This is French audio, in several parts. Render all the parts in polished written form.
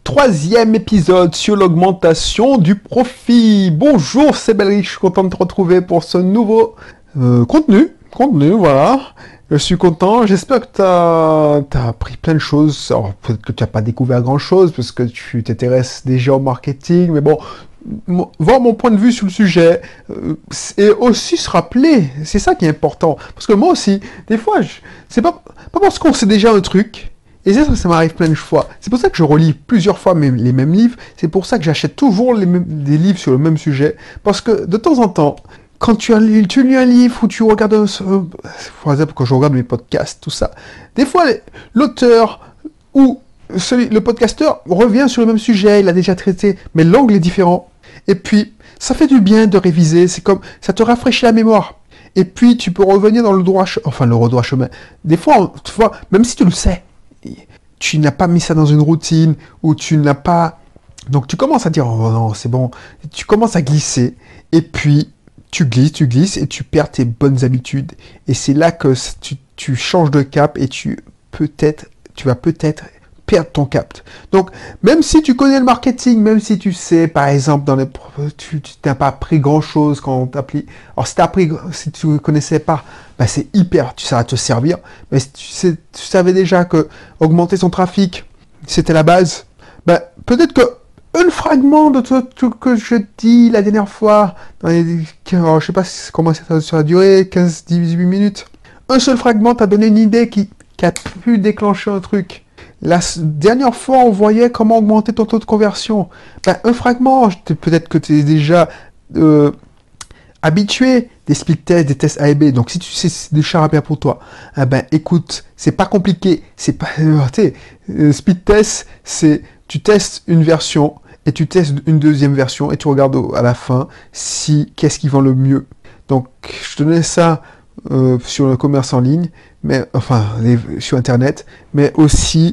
troisième épisode sur l'augmentation du profit. Bonjour, c'est Belrich, je suis content de te retrouver pour ce nouveau contenu, voilà. Je suis content, j'espère que tu as appris plein de choses. Alors, peut-être que tu n'as pas découvert grand-chose, parce que tu t'intéresses déjà au marketing, mais bon, voir mon point de vue sur le sujet, et aussi se rappeler, c'est ça qui est important. Parce que moi aussi, des fois, c'est pas parce qu'on sait déjà un truc. Et ça m'arrive plein de fois. C'est pour ça que je relis plusieurs fois les mêmes livres. C'est pour ça que j'achète toujours des livres sur le même sujet. Parce que de temps en temps, quand tu lis un livre ou tu regardes par exemple, quand je regarde mes podcasts, tout ça, des fois, l'auteur ou le podcasteur revient sur le même sujet, il a déjà traité, mais l'angle est différent. Et puis, ça fait du bien de réviser. C'est comme, ça te rafraîchit la mémoire. Et puis, tu peux revenir dans le droit chemin. Des fois, tu vois, même si tu le sais, tu n'as pas mis ça dans une routine, ou tu n'as pas... Donc tu commences à dire, oh non, c'est bon, tu commences à glisser, et puis tu glisses, et tu perds tes bonnes habitudes. Et c'est là que tu changes de cap, et tu vas peut-être perdre ton cap. Donc, même si tu connais le marketing, même si tu sais, par exemple, tu n'as pas appris grand-chose quand on t'applique. Alors, si tu ne connaissais pas, bah, c'est ça va te servir. Mais si tu savais déjà que augmenter son trafic, c'était la base, bah, peut-être que un fragment de tout que je dis la dernière fois, je sais pas comment ça a duré, 15-18 minutes, un seul fragment t'a donné une idée qui a pu déclencher un truc. La dernière fois, on voyait comment augmenter ton taux de conversion. Ben, un fragment, peut-être que tu es déjà habitué des split tests, des tests A et B. Donc, si tu sais c'est déjà bien pour toi, ben, écoute, c'est pas compliqué. C'est pas, split test, c'est tu testes une version et tu testes une deuxième version et tu regardes à la fin qu'est-ce qui vend le mieux. Donc, je te donnais ça sur le commerce en ligne, sur Internet, mais aussi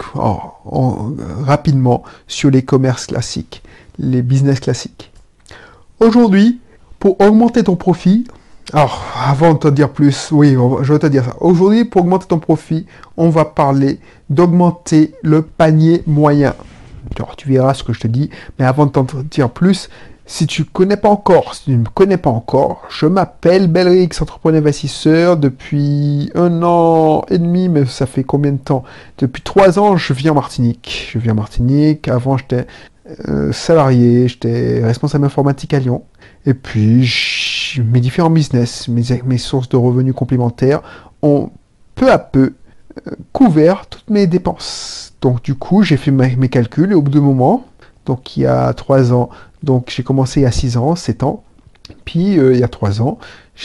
rapidement sur les commerces classiques, les business classiques. Aujourd'hui, pour augmenter ton profit, alors avant de te dire plus, je vais te dire ça. Aujourd'hui, pour augmenter ton profit, on va parler d'augmenter le panier moyen. Alors, tu verras ce que je te dis, mais avant de t'en dire plus, si tu ne me connais pas encore, je m'appelle Belrix, entrepreneur investisseur. Depuis 1 an et demi, mais ça fait combien de temps? Depuis 3 ans, je vis en Martinique. Avant, j'étais salarié, j'étais responsable informatique à Lyon. Et puis, mes différents business, mes sources de revenus complémentaires ont peu à peu couvert toutes mes dépenses. Donc, du coup, j'ai fait mes calculs et au bout d'un moment, donc il y a 3 ans, donc j'ai commencé il y a 6 ans, 7 ans, puis il y a 3 ans,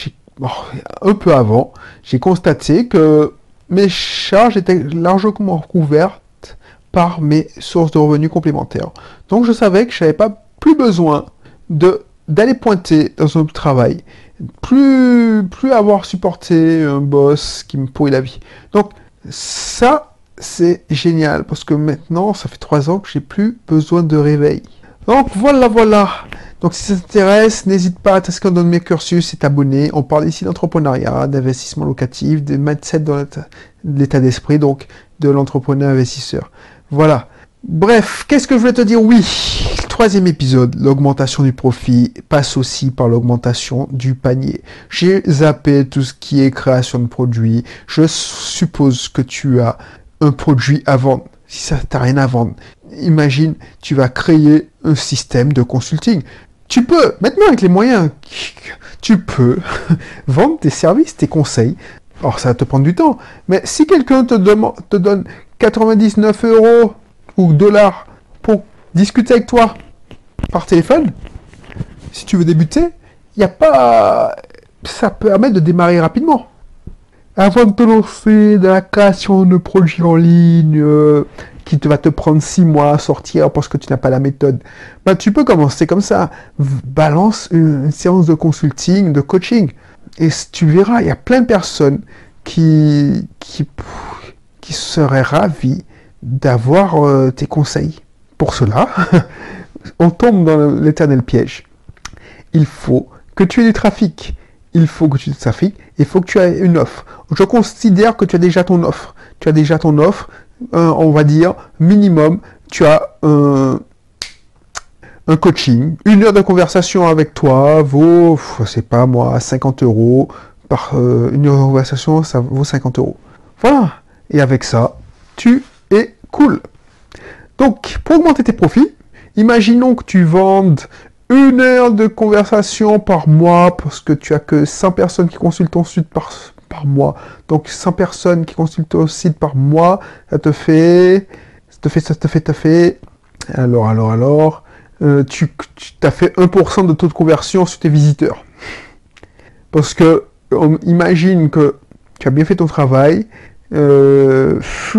un peu avant, j'ai constaté que mes charges étaient largement couvertes par mes sources de revenus complémentaires. Donc je savais que je n'avais pas plus besoin d'aller pointer dans un travail, plus avoir supporté un boss qui me pourrit la vie. Donc ça, c'est génial, parce que maintenant, ça fait 3 ans que j'ai plus besoin de réveil. Donc voilà. Donc si ça t'intéresse, n'hésite pas à t'inscrire dans mes cursus et t'abonner. On parle ici d'entrepreneuriat, d'investissement locatif, de mindset dans l'état d'esprit, donc de l'entrepreneur investisseur. Voilà. Bref, qu'est-ce que je voulais te dire? Oui, 3e épisode, l'augmentation du profit passe aussi par l'augmentation du panier. J'ai zappé tout ce qui est création de produits. Je suppose que tu as un produit à vendre. Si ça t'as rien à vendre, imagine, tu vas créer un système de consulting. Tu peux, maintenant avec les moyens, tu peux vendre tes services, tes conseils. Alors ça va te prendre du temps, mais si quelqu'un te donne 99 € ou dollars pour discuter avec toi par téléphone, si tu veux débuter, ça permet de démarrer rapidement. Avant de te lancer dans la création de projets en ligne qui va te prendre 6 mois à sortir parce que tu n'as pas la méthode, tu peux commencer comme ça. Balance une séance de consulting, de coaching. Et tu verras, il y a plein de personnes qui seraient ravies d'avoir tes conseils. Pour cela, on tombe dans l'éternel piège. Il faut que tu aies du trafic. Il faut que tu aies une offre. Je considère que tu as déjà ton offre. On va dire, minimum, tu as un coaching, 1 heure de conversation avec toi vaut, c'est pas moi, 50 euros. Par 1 heure de conversation, ça vaut 50 euros. Voilà. Et avec ça, tu es cool. Donc, pour augmenter tes profits, imaginons que tu vendes 1 heure de conversation par mois parce que tu as que 100 personnes qui consultent ton site par mois. Donc, 100 personnes qui consultent ton site par mois, ça te fait... Alors, tu as fait 1% de taux de conversion sur tes visiteurs. Parce que, imagine que tu as bien fait ton travail. On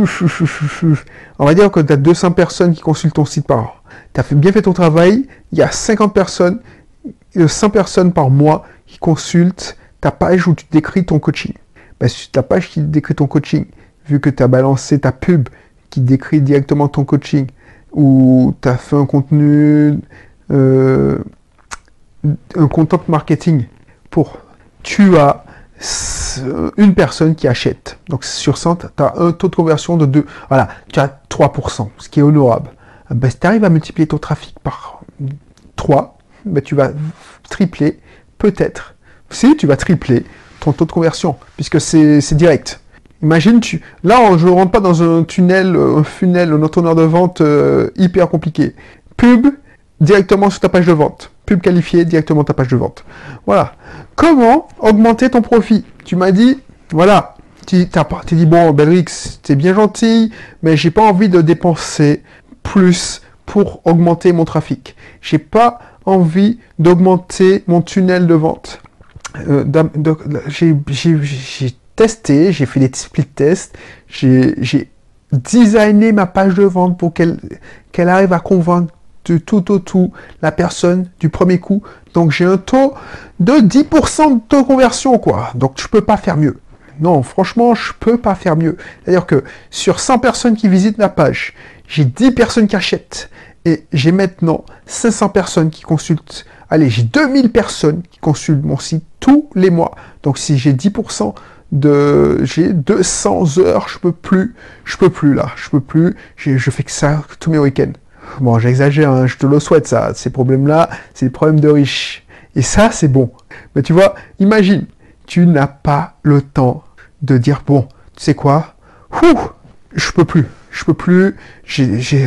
va dire que tu as 200 personnes qui consultent ton site par an. Tu as bien fait ton travail. Il y a 50 personnes, 100 personnes par mois qui consultent ta page où tu décris ton coaching. Ben, sur ta page qui décrit ton coaching, vu que tu as balancé ta pub qui décrit directement ton coaching, ou tu as fait un contenu, un content marketing pour... Tu as une personne qui achète. Donc sur 100, tu as un taux de conversion de 2. Voilà, tu as 3%, ce qui est honorable. Ben, si tu arrives à multiplier ton trafic par 3, ben, tu vas tripler, peut-être. Si, tu vas tripler ton taux de conversion, puisque c'est direct. Imagine, là, je ne rentre pas dans un tunnel, un funnel, un entonnoir de vente hyper compliqué. Pub, directement sur ta page de vente. Pub qualifiée, directement ta page de vente. Voilà. Comment augmenter ton profit? Tu m'as dit, voilà, tu t'es dit, bon, Belrix, t'es bien gentil, mais j'ai pas envie de dépenser plus pour augmenter mon trafic. J'ai pas envie d'augmenter mon tunnel de vente. J'ai testé, j'ai fait des split tests, j'ai designé ma page de vente pour qu'elle arrive à convaincre de tout la personne du premier coup. Donc j'ai un taux de 10% de taux de conversion, quoi. Donc je peux pas faire mieux. Non, franchement, je peux pas faire mieux. C'est-à-dire que sur 100 personnes qui visitent ma page, j'ai 10 personnes qui achètent. Et j'ai maintenant 500 personnes qui consultent. Allez, j'ai 2000 personnes qui consultent mon site tous les mois. Donc si j'ai 10%, j'ai 200 heures, je peux plus là, je fais que ça tous mes week-ends. Bon, j'exagère, hein, je te le souhaite ça, ces problèmes-là, c'est des problèmes de riches. Et ça, c'est bon. Mais tu vois, imagine, tu n'as pas le temps de dire, bon, tu sais quoi, je peux plus, j'ai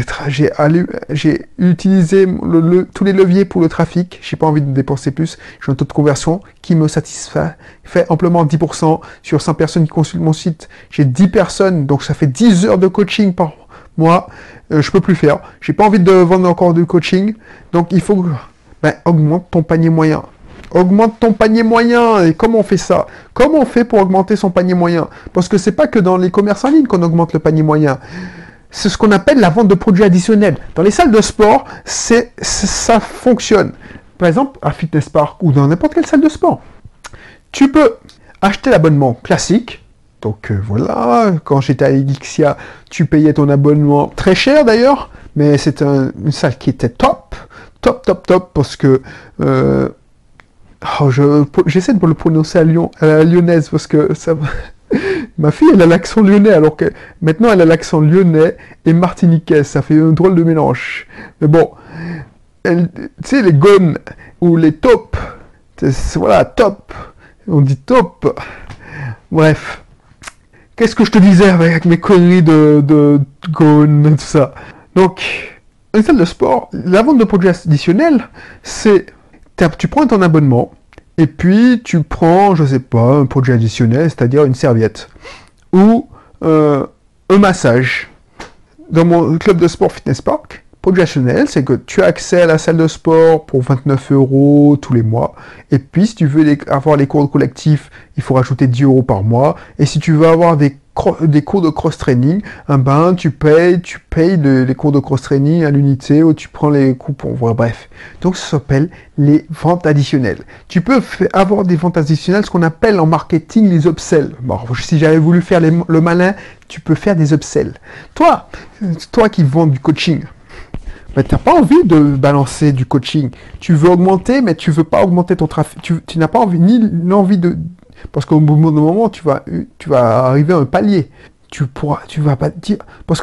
utilisé tous les leviers pour le trafic, j'ai pas envie de dépenser plus, j'ai un taux de conversion qui me satisfait, fait amplement 10% sur 100 personnes qui consultent mon site, j'ai 10 personnes, donc ça fait 10 heures de coaching par mois, je peux plus faire, j'ai pas envie de vendre encore du coaching, donc il faut augmente ton panier moyen. Augmente ton panier moyen. Et comment on fait ça? Comment on fait pour augmenter son panier moyen? Parce que c'est pas que dans les commerces en ligne qu'on augmente le panier moyen. C'est ce qu'on appelle la vente de produits additionnels. Dans les salles de sport, ça fonctionne. Par exemple, à Fitness Park ou dans n'importe quelle salle de sport. Tu peux acheter l'abonnement classique. Donc voilà, quand j'étais à Elixia, tu payais ton abonnement très cher d'ailleurs, mais c'est une salle qui était top, parce que j'essaie de le prononcer à la lyonnaise parce que ça. Ma fille, elle a l'accent lyonnais, alors que maintenant elle a l'accent lyonnais et martiniquais. Ça fait un drôle de mélange. Mais bon, tu sais, les gones ou les tops, voilà, top. On dit top. Bref. Qu'est-ce que je te disais avec mes conneries de gones, tout ça? Donc, une salle de sport, la vente de produits additionnels, c'est. Tu prends ton abonnement, et puis tu prends, je sais pas, un produit additionnel, c'est-à-dire une serviette, ou un massage. Dans mon club de sport Fitness Park, produit additionnel, c'est que tu as accès à la salle de sport pour 29 € tous les mois, et puis si tu veux avoir les cours collectifs, il faut rajouter 10 € par mois, et si tu veux avoir des cours de cross-training, tu payes les cours de cross-training à l'unité ou tu prends les coupons. Voilà, bref. Donc ça s'appelle les ventes additionnelles. Tu peux avoir des ventes additionnelles, ce qu'on appelle en marketing les upsells. Bon, si j'avais voulu faire le malin, tu peux faire des upsells. Toi qui vends du coaching, tu n'as pas envie de balancer du coaching. Tu veux augmenter, mais tu veux pas augmenter ton trafic. Tu n'as pas envie, ni l'envie de... Parce qu'au bout d'un moment, tu vas arriver à un palier. Tu vas pas dire... Parce que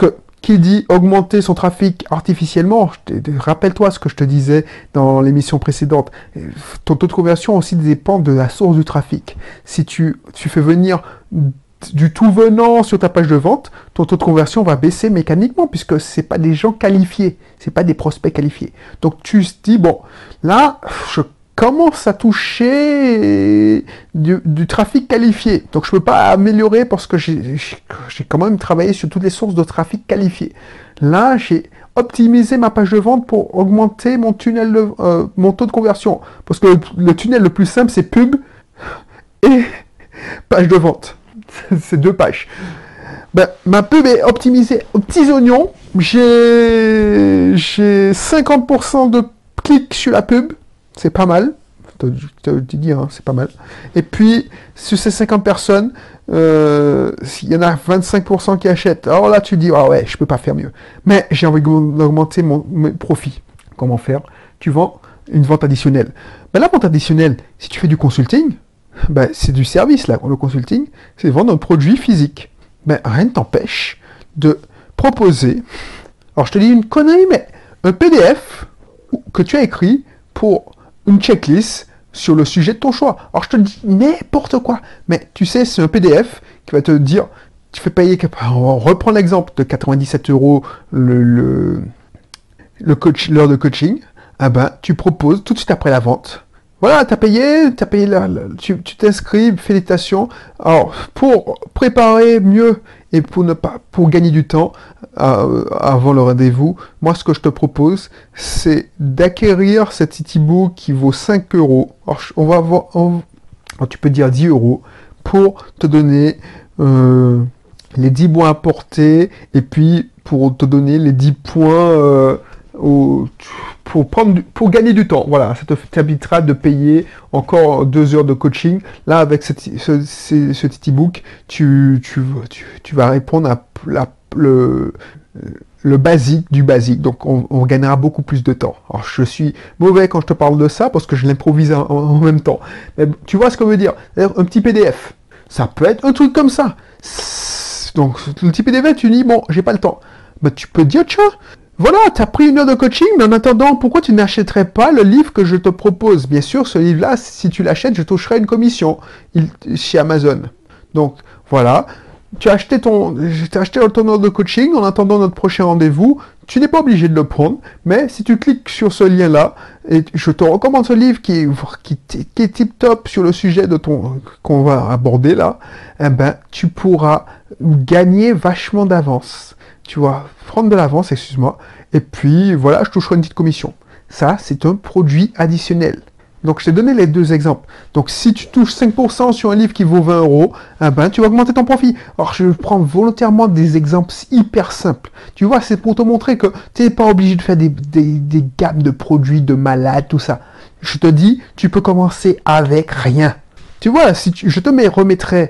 qui dit augmenter son trafic artificiellement, rappelle-toi ce que je te disais dans l'émission précédente, ton taux de conversion aussi dépend de la source du trafic. Si tu fais venir du tout venant sur ta page de vente, ton taux de conversion va baisser mécaniquement puisque c'est pas des gens qualifiés, c'est pas des prospects qualifiés. Donc tu te dis bon, là je commence à toucher du trafic qualifié. Donc je peux pas améliorer parce que j'ai quand même travaillé sur toutes les sources de trafic qualifié. Là, j'ai optimisé ma page de vente pour augmenter mon tunnel mon taux de conversion parce que le tunnel le plus simple c'est pub et page de vente. C'est 2 pages. Ben, ma pub est optimisée aux petits oignons. J'ai 50% de clics sur la pub. C'est pas mal. Je te dis, hein, c'est pas mal. Et puis, sur ces 50 personnes, il y en a 25% qui achètent. Alors là, tu dis, ah ouais, je peux pas faire mieux. Mais j'ai envie d'augmenter mes profits. Comment faire? Tu vends une vente additionnelle. Ben, la vente additionnelle, si tu fais du consulting, ben, c'est du service, là. Le consulting, c'est vendre un produit physique. Ben, rien ne t'empêche de proposer, alors je te dis une connerie, mais un PDF que tu as écrit pour une checklist sur le sujet de ton choix. Alors je te dis n'importe quoi, mais tu sais, c'est un PDF qui va te dire, tu fais payer, on reprend l'exemple de 97 € l'heure de coaching, ah ben, tu proposes tout de suite après la vente. Voilà, tu as payé tu t'inscris, félicitations. Alors, pour préparer mieux et pour gagner du temps avant le rendez-vous, moi, ce que je te propose, c'est d'acquérir cet e-book qui vaut 5 €. Alors, on va avoir, tu peux dire 10 € pour te donner les 10 points à porter et puis pour te donner les 10 points pour gagner du temps. Voilà, ça t'évitera de payer encore 2 heures de coaching. Là, avec cet e-book, tu vas répondre à le basique du basique. Donc, on gagnera beaucoup plus de temps. Alors, je suis mauvais quand je te parle de ça parce que je l'improvise en même temps. Mais tu vois ce que veut dire? C'est-à-dire, un petit PDF. Ça peut être un truc comme ça. Donc, le petit PDF, tu dis, bon, j'ai pas le temps. Mais tu peux dire, tiens, voilà, tu as pris 1 heure de coaching, mais en attendant, pourquoi tu n'achèterais pas le livre que je te propose? Bien sûr, ce livre-là, si tu l'achètes, je toucherai une commission chez Amazon. Donc, voilà. Tu as acheté ton heure de coaching en attendant notre prochain rendez-vous. Tu n'es pas obligé de le prendre, mais si tu cliques sur ce lien-là, et je te recommande ce livre qui est tip-top sur le sujet qu'on va aborder là, eh ben, tu pourras gagner vachement d'avance. Tu vas prendre de l'avance, excuse-moi, et puis voilà, je toucherai une petite commission. Ça, c'est un produit additionnel. Donc, je t'ai donné les 2 exemples. Donc, si tu touches 5% sur un livre qui vaut 20 €, eh ben, tu vas augmenter ton profit. Alors, je prends volontairement des exemples hyper simples. Tu vois, c'est pour te montrer que tu n'es pas obligé de faire des gammes de produits de malade, tout ça. Je te dis, tu peux commencer avec rien. Tu vois, je te remettrai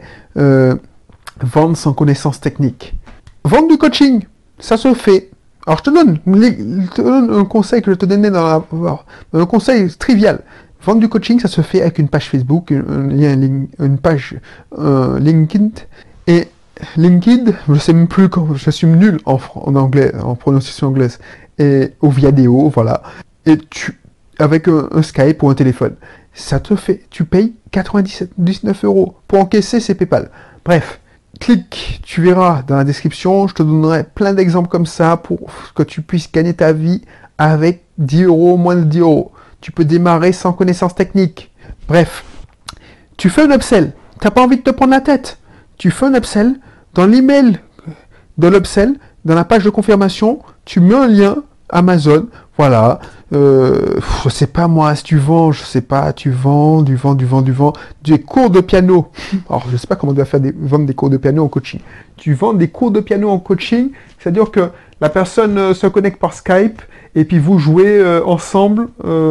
vendre sans connaissance technique. Vendre du coaching, ça se fait. Alors, je te donne un conseil que je te donnais un conseil trivial. Vendre du coaching, ça se fait avec une page Facebook, une page LinkedIn. Et LinkedIn, je sais même plus quand, je suis nul en anglais, en prononciation anglaise. Et au Viadeo, voilà. Et avec un Skype ou un téléphone. Ça te fait, tu payes 19 € pour encaisser, c'est PayPal. Bref. Clique, tu verras dans la description, je te donnerai plein d'exemples comme ça pour que tu puisses gagner ta vie avec 10 €, moins de 10 €. Tu peux démarrer sans connaissance technique. Bref, tu fais un upsell, tu n'as pas envie de te prendre la tête. Tu fais un upsell, dans l'email de l'upsell, dans la page de confirmation, tu mets un lien Amazon, voilà. Je sais pas moi, si tu vends, je sais pas, tu vends des cours de piano. Alors je sais pas comment on doit vendre des cours de piano en coaching. Tu vends des cours de piano en coaching, c'est-à-dire que la personne se connecte par Skype et puis vous jouez ensemble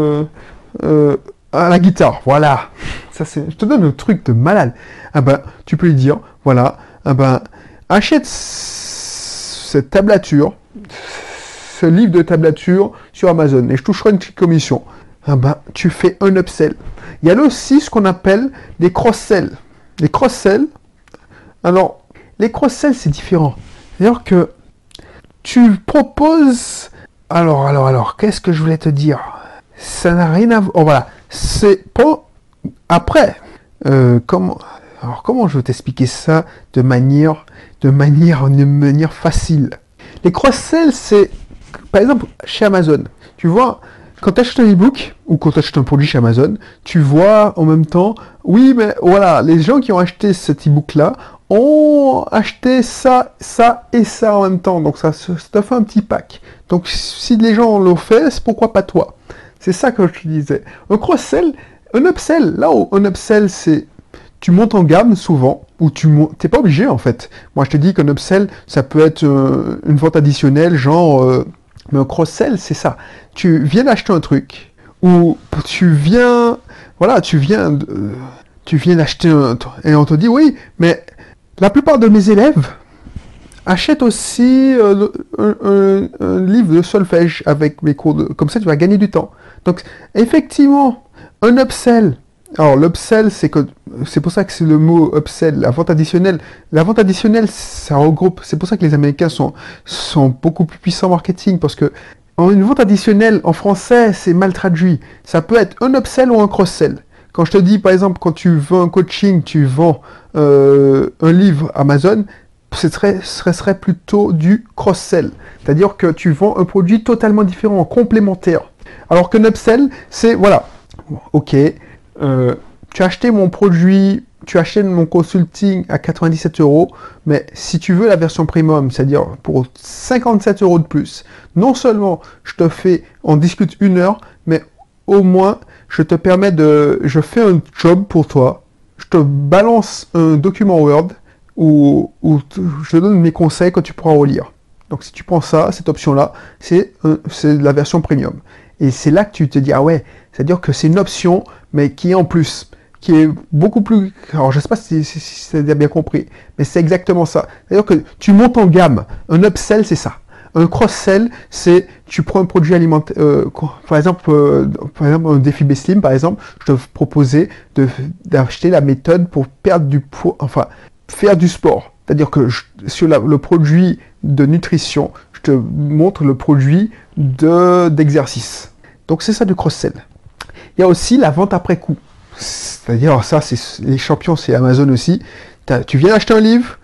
à la guitare. Voilà. Ça je te donne un truc de malade. Ah ben, tu peux lui dire, voilà, ah ben, achète cette tablature. Ce livre de tablature sur Amazon et je toucherai une petite commission. Ah ben, tu fais un upsell. Il y a aussi ce qu'on appelle des cross-sell. Les cross-sell, alors, les cross-sell, c'est différent. C'est-à-dire que tu proposes... Alors, qu'est-ce que je voulais te dire? Ça n'a rien à voir... Oh, voilà, c'est pas... Après, comment je vais t'expliquer ça de manière facile? Les cross-sell, c'est... Par exemple, chez Amazon, tu vois, quand tu achètes un e-book ou quand tu achètes un produit chez Amazon, tu vois en même temps, oui, mais voilà, les gens qui ont acheté cet e-book-là ont acheté ça, ça et ça en même temps. Donc ça te fait un petit pack. Donc si les gens l'ont fait, c'est pourquoi pas toi? C'est ça que je te disais. Un cross-sell, un upsell, là où un upsell, c'est... Tu montes en gamme souvent, ou t'es pas obligé en fait. Moi je te dis qu'un upsell, ça peut être une vente additionnelle, genre... mais un cross-sell, c'est ça. Tu viens d'acheter un truc, ou tu viens d'acheter un... Et on te dit, oui, mais la plupart de mes élèves achètent aussi un livre de solfège avec mes cours de... Comme ça, tu vas gagner du temps. Donc, effectivement, un upsell... Alors, l'upsell, c'est pour ça que c'est le mot upsell, la vente additionnelle. La vente additionnelle, ça regroupe... C'est pour ça que les Américains sont beaucoup plus puissants en marketing, parce que une vente additionnelle, en français, c'est mal traduit. Ça peut être un upsell ou un cross-sell. Quand je te dis, par exemple, quand tu vends un coaching, tu vends un livre Amazon, ce serait plutôt du cross-sell. C'est-à-dire que tu vends un produit totalement différent, complémentaire. Alors qu'un upsell, c'est, voilà, ok, tu as acheté mon produit, tu achètes mon consulting à 97 €, mais si tu veux la version premium, c'est-à-dire pour 57 € de plus, non seulement on discute 1 heure, mais au moins, je fais un job pour toi, je te balance un document Word où je te donne mes conseils que tu pourras relire. Donc si tu prends ça, cette option-là, c'est la version premium. Et c'est là que tu te dis, ah ouais, c'est-à-dire que c'est une option, mais qui est en plus, qui est beaucoup plus... Alors je ne sais pas si tu as bien compris, mais c'est exactement ça. C'est-à-dire que tu montes en gamme. Un upsell, c'est ça. Un cross-sell, c'est tu prends un produit alimentaire, par exemple un défi Slim, par exemple, je te proposais d'acheter la méthode pour perdre du poids, enfin faire du sport. C'est-à-dire que sur le produit de nutrition, je te montre le produit d'exercice. Donc c'est ça du cross-sell. Il y a aussi la vente après coup. C'est-à-dire, ça, les champions, c'est Amazon aussi. Tu viens acheter un livre,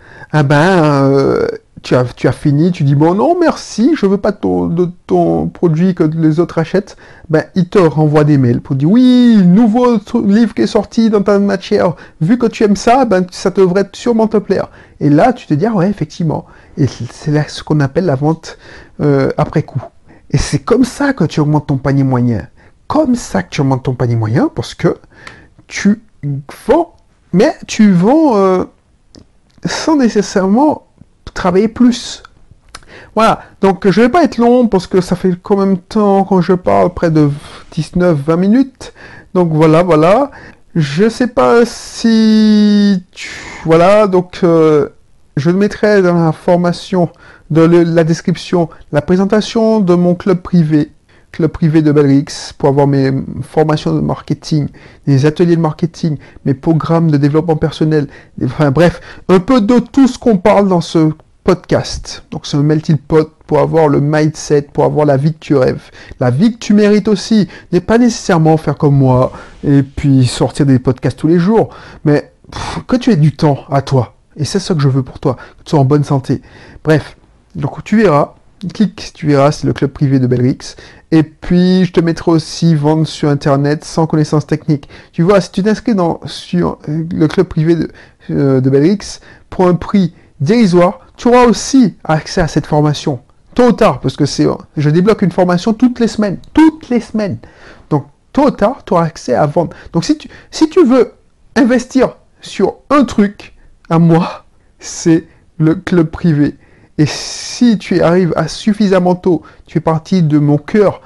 tu as fini, tu dis bon non merci, je veux pas de ton produit que les autres achètent, il te renvoie des mails pour dire oui, nouveau livre qui est sorti dans ta matière, vu que tu aimes ça, ça devrait sûrement te plaire. Et là tu te dis ah ouais effectivement, et c'est là ce qu'on appelle la vente après coup. Et c'est comme ça que tu augmentes ton panier moyen. Comme ça que tu augmentes ton panier moyen, parce que tu vends, mais tu vends sans nécessairement travailler plus. Voilà, donc je vais pas être long parce que ça fait quand même temps quand je parle, près de 19-20 minutes. Donc voilà. Je sais pas si... Voilà, donc je mettrai dans la formation, dans la description, la présentation de mon club privé de Belrix, pour avoir mes formations de marketing, des ateliers de marketing, mes programmes de développement personnel, enfin bref, un peu de tout ce qu'on parle dans ce podcast. Donc c'est un melting pot pour avoir le mindset, pour avoir la vie que tu rêves, la vie que tu mérites aussi. N'est pas nécessairement faire comme moi et puis sortir des podcasts tous les jours, mais que tu aies du temps à toi. Et c'est ça que je veux pour toi, que tu sois en bonne santé. Bref, donc tu verras. Clique, tu verras, c'est le club privé de Belrix. Et puis, je te mettrai aussi vendre sur Internet sans connaissance technique. Tu vois, si tu t'inscris sur le club privé de Belrix, pour un prix dérisoire, tu auras aussi accès à cette formation. Tôt ou tard, parce que je débloque une formation toutes les semaines. Toutes les semaines. Donc, tôt ou tard, tu auras accès à vendre. Donc, si tu veux investir sur un truc, à moi, c'est le club privé. Et si tu arrives à suffisamment tôt, tu fais partie de mon cœur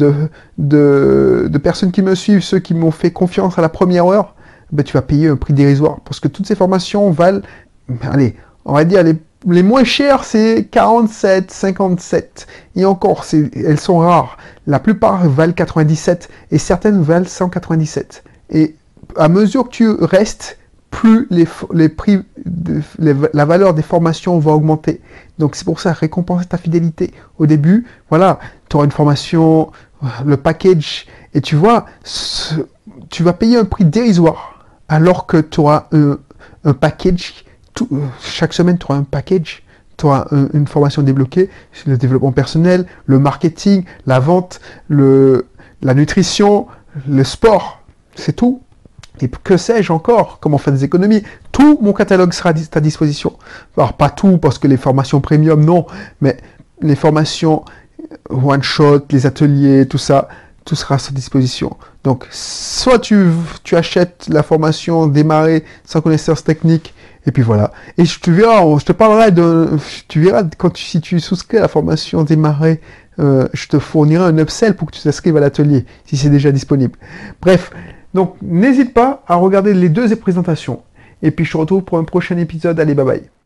de personnes qui me suivent, ceux qui m'ont fait confiance à la première heure, tu vas payer un prix dérisoire. Parce que toutes ces formations valent, allez, on va dire les moins chères, c'est 47, 57. Et encore, elles sont rares. La plupart valent 97 et certaines valent 197. Et à mesure que tu restes, plus les prix, la valeur des formations va augmenter. Donc c'est pour ça, récompenser ta fidélité. Au début, voilà, tu auras une formation, le package, et tu vois, tu vas payer un prix dérisoire, alors que tu auras un package, chaque semaine tu auras un package, tu auras une formation débloquée, le développement personnel, le marketing, la vente, la nutrition, le sport, c'est tout. Et que sais-je encore, comment faire des économies. Tout mon catalogue sera à ta disposition. Alors pas tout, parce que les formations premium, non, mais les formations one-shot, les ateliers, tout ça, tout sera à ta disposition. Donc, soit tu achètes la formation démarrer sans connaissance technique, et puis voilà. Et je te parlerai tu verras, si tu souscris à la formation démarrer, je te fournirai un upsell pour que tu t'inscrives à l'atelier, si c'est déjà disponible. Bref, donc n'hésite pas à regarder les deux présentations. Et puis je te retrouve pour un prochain épisode. Allez, bye bye.